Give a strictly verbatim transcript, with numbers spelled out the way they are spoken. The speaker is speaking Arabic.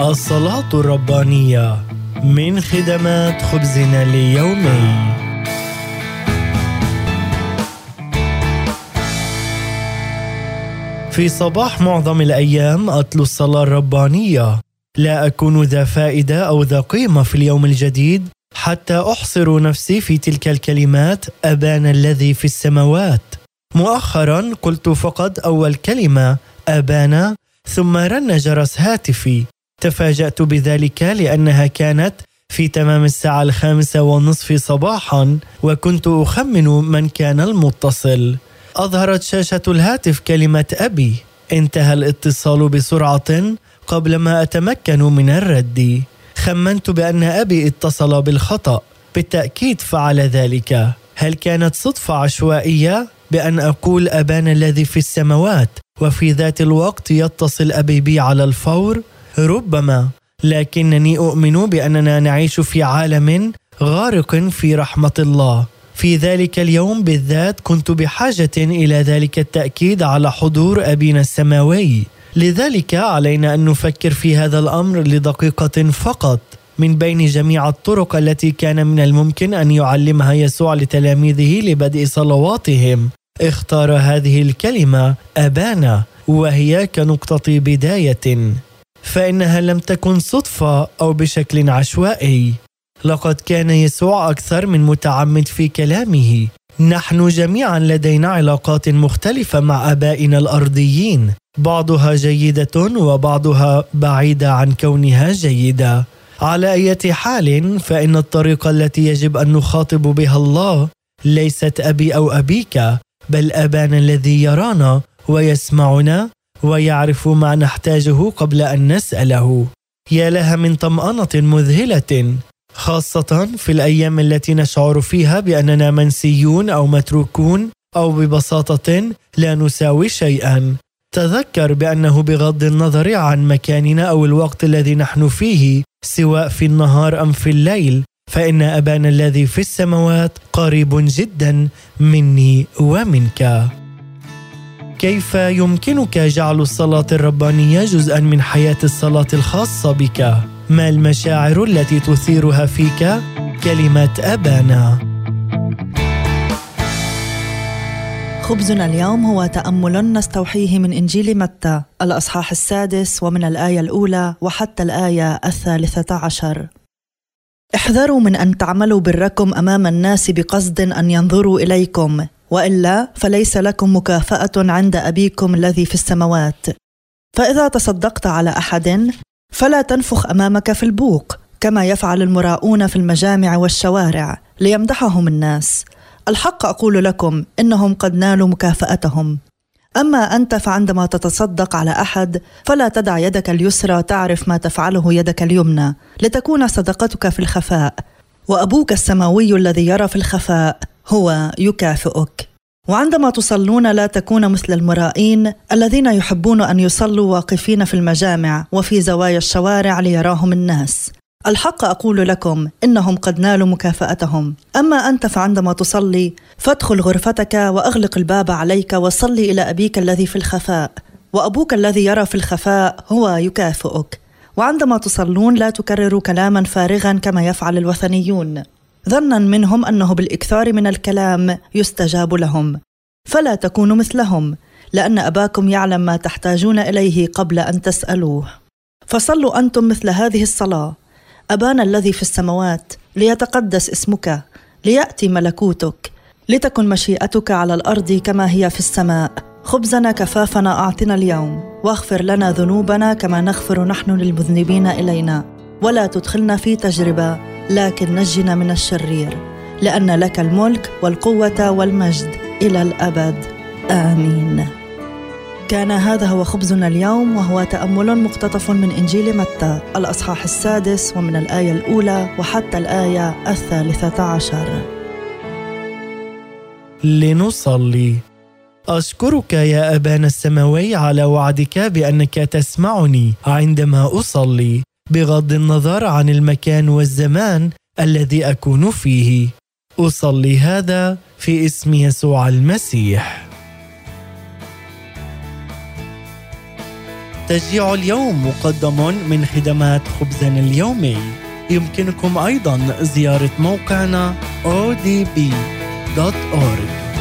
الصلاة الربانية من خدمات خبزنا اليومي. في صباح معظم الأيام أتلو الصلاة الربانية، لا أكون ذا فائدة أو ذا قيمة في اليوم الجديد حتى أحصر نفسي في تلك الكلمات: أبانا الذي في السماوات. مؤخرا قلت فقط أول كلمة أبانا، ثم رن جرس هاتفي. تفاجأت بذلك لأنها كانت في تمام الساعة الخامسة والنصف صباحا، وكنت أخمن من كان المتصل. أظهرت شاشة الهاتف كلمة أبي. انتهى الاتصال بسرعة قبل ما أتمكن من الرد. خمنت بأن أبي اتصل بالخطأ. بالتأكيد فعل ذلك. هل كانت صدفة عشوائية بأن أقول أبانا الذي في السماوات وفي ذات الوقت يتصل أبي بي على الفور؟ ربما، لكنني أؤمن بأننا نعيش في عالم غارق في رحمة الله. في ذلك اليوم بالذات كنت بحاجة إلى ذلك التأكيد على حضور أبينا السماوي. لذلك علينا أن نفكر في هذا الأمر لدقيقة فقط. من بين جميع الطرق التي كان من الممكن أن يعلمها يسوع لتلاميذه لبدء صلواتهم، اختار هذه الكلمة أبانا، وهي كنقطة بداية. فإنها لم تكن صدفة أو بشكل عشوائي. لقد كان يسوع أكثر من متعمد في كلامه. نحن جميعا لدينا علاقات مختلفة مع آبائنا الأرضيين، بعضها جيدة وبعضها بعيدة عن كونها جيدة. على أي حال، فإن الطريقة التي يجب أن نخاطب بها الله ليست أبي أو أبيك، بل أبانا الذي يرانا ويسمعنا ويعرف ما نحتاجه قبل أن نسأله. يا لها من طمأنة مذهلة، خاصة في الأيام التي نشعر فيها بأننا منسيون أو متروكون، أو ببساطة لا نساوي شيئا. تذكر بأنه بغض النظر عن مكاننا أو الوقت الذي نحن فيه، سواء في النهار أم في الليل، فإن أبانا الذي في السماوات قريب جدا مني ومنك. كيف يمكنك جعل الصلاة الربانية جزءا من حياة الصلاة الخاصة بك؟ ما المشاعر التي تثيرها فيك كلمة أبانا؟ خبزنا اليوم هو تأمل نستوحيه من إنجيل متى الأصحاح السادس، ومن الآية الأولى وحتى الآية الثالثة عشر. احذروا من أن تعملوا بركم أمام الناس بقصد أن ينظروا إليكم، وإلا فليس لكم مكافأة عند أبيكم الذي في السماوات. فإذا تصدقت على أحد فلا تنفخ أمامك في البوق، كما يفعل المراؤون في المجامع والشوارع ليمدحهم الناس. الحق أقول لكم إنهم قد نالوا مكافأتهم. أما أنت فعندما تتصدق على أحد فلا تدع يدك اليسرى تعرف ما تفعله يدك اليمنى، لتكون صدقتك في الخفاء، وأبوك السماوي الذي يرى في الخفاء هو يكافئك. وعندما تصلون لا تكونوا مثل المرائين الذين يحبون أن يصلوا واقفين في المجامع وفي زوايا الشوارع ليراهم الناس. الحق أقول لكم إنهم قد نالوا مكافأتهم. أما أنت فعندما تصلي فادخل غرفتك وأغلق الباب عليك وصلي إلى أبيك الذي في الخفاء، وأبوك الذي يرى في الخفاء هو يكافئك. وعندما تصلون لا تكرروا كلاما فارغا كما يفعل الوثنيون، ظنا منهم أنه بالإكثار من الكلام يستجاب لهم. فلا تكونوا مثلهم، لأن أباكم يعلم ما تحتاجون إليه قبل أن تسألوه. فصلوا أنتم مثل هذه الصلاة: أبانا الذي في السماوات، ليتقدس اسمك، ليأتي ملكوتك، لتكن مشيئتك على الأرض كما هي في السماء. خبزنا كفافنا أعطنا اليوم، واغفر لنا ذنوبنا كما نغفر نحن للمذنبين إلينا، ولا تدخلنا في تجربة لكن نجنا من الشرير، لأن لك الملك والقوة والمجد إلى الأبد، آمين. كان هذا هو خبزنا اليوم، وهو تأمل مقتطف من إنجيل متى الأصحاح السادس، ومن الآية الأولى وحتى الآية الثالثة عشر. لنصلي. أشكرك يا أبانا السماوي على وعدك بأنك تسمعني عندما أصلي، بغض النظر عن المكان والزمان الذي أكون فيه. أصلي هذا في اسم يسوع المسيح. تشجيع اليوم مقدم من خدمات خبزنا اليومي. يمكنكم أيضا زيارة موقعنا أو دي بي دوت أورج.